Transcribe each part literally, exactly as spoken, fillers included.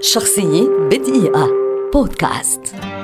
شخصية بدقيقة بودكاست.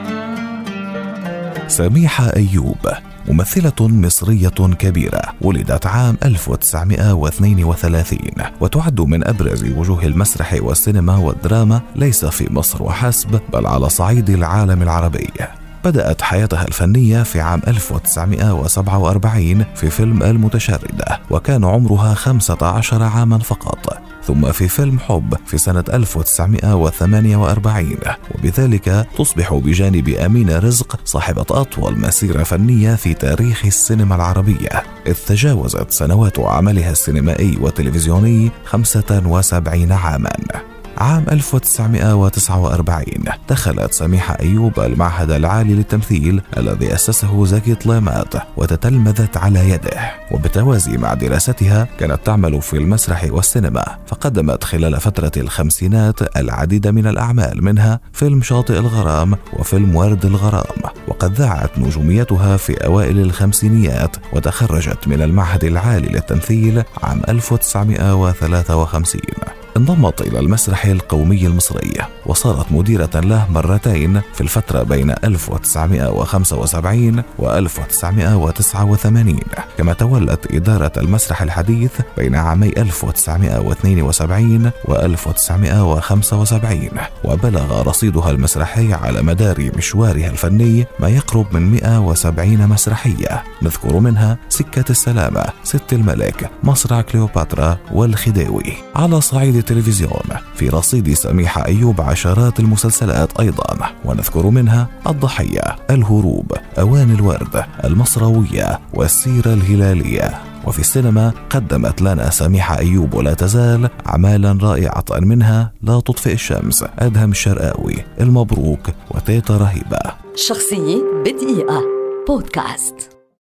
سميحة أيوب ممثلة مصرية كبيرة، ولدت عام ألف وتسعمائة واثنين وثلاثين، وتعد من أبرز وجوه المسرح والسينما والدراما ليس في مصر وحسب، بل على صعيد العالم العربي. بدأت حياتها الفنية في عام ألف وتسعمائة وسبعة وأربعين في فيلم المتشردة، وكان عمرها خمسة عشر عاما فقط، ثم في فيلم حب في سنة ألف وتسعمائة وثمانية وأربعين، وبذلك تصبح بجانب أمينة رزق صاحبة أطول مسيرة فنية في تاريخ السينما العربية، إذ تجاوزت سنوات عملها السينمائي والتلفزيوني خمسة وسبعين عاما. عام ألف وتسعمائة وتسعة وأربعين دخلت سميحة أيوب المعهد العالي للتمثيل الذي أسسه زكي طليمات، وتتلمذت على يده، وبالتوازي مع دراستها كانت تعمل في المسرح والسينما، فقدمت خلال فترة الخمسينات العديد من الأعمال، منها فيلم شاطئ الغرام وفيلم ورد الغرام. وقد ذاعت نجوميتها في أوائل الخمسينيات، وتخرجت من المعهد العالي للتمثيل عام ألف وتسعمائة وثلاثة وخمسين. انضمت إلى المسرح القومي المصري، وصارت مديرة له مرتين في الفترة بين ألف وتسعمائة وخمسة وسبعين و ألف وتسعمائة وتسعة وثمانين، كما تولت إدارة المسرح الحديث بين عامي ألف وتسعمائة واثنين وسبعين و ألف وتسعمائة وخمسة وسبعين. وبلغ رصيدها المسرحي على مدار مشوارها الفني ما يقرب من مئة وسبعين مسرحية، نذكر منها سكة السلامة، ست الملك، مصرع كليوباترا، والخديوي. على صعيد التلفزيون في رصيد سميحة أيوب عشرات المسلسلات أيضا، ونذكر منها الضحية، الهروب، أوان الورد، المصراوية، والسيرة الهلالية. وفي السينما قدمت لنا سميحة أيوب ولا تزال أعمالا رائعة، منها لا تطفئ الشمس، أدهم الشرقاوي، المبروك، وتيتا رهيبة. شخصية بدقيقة بودكاست.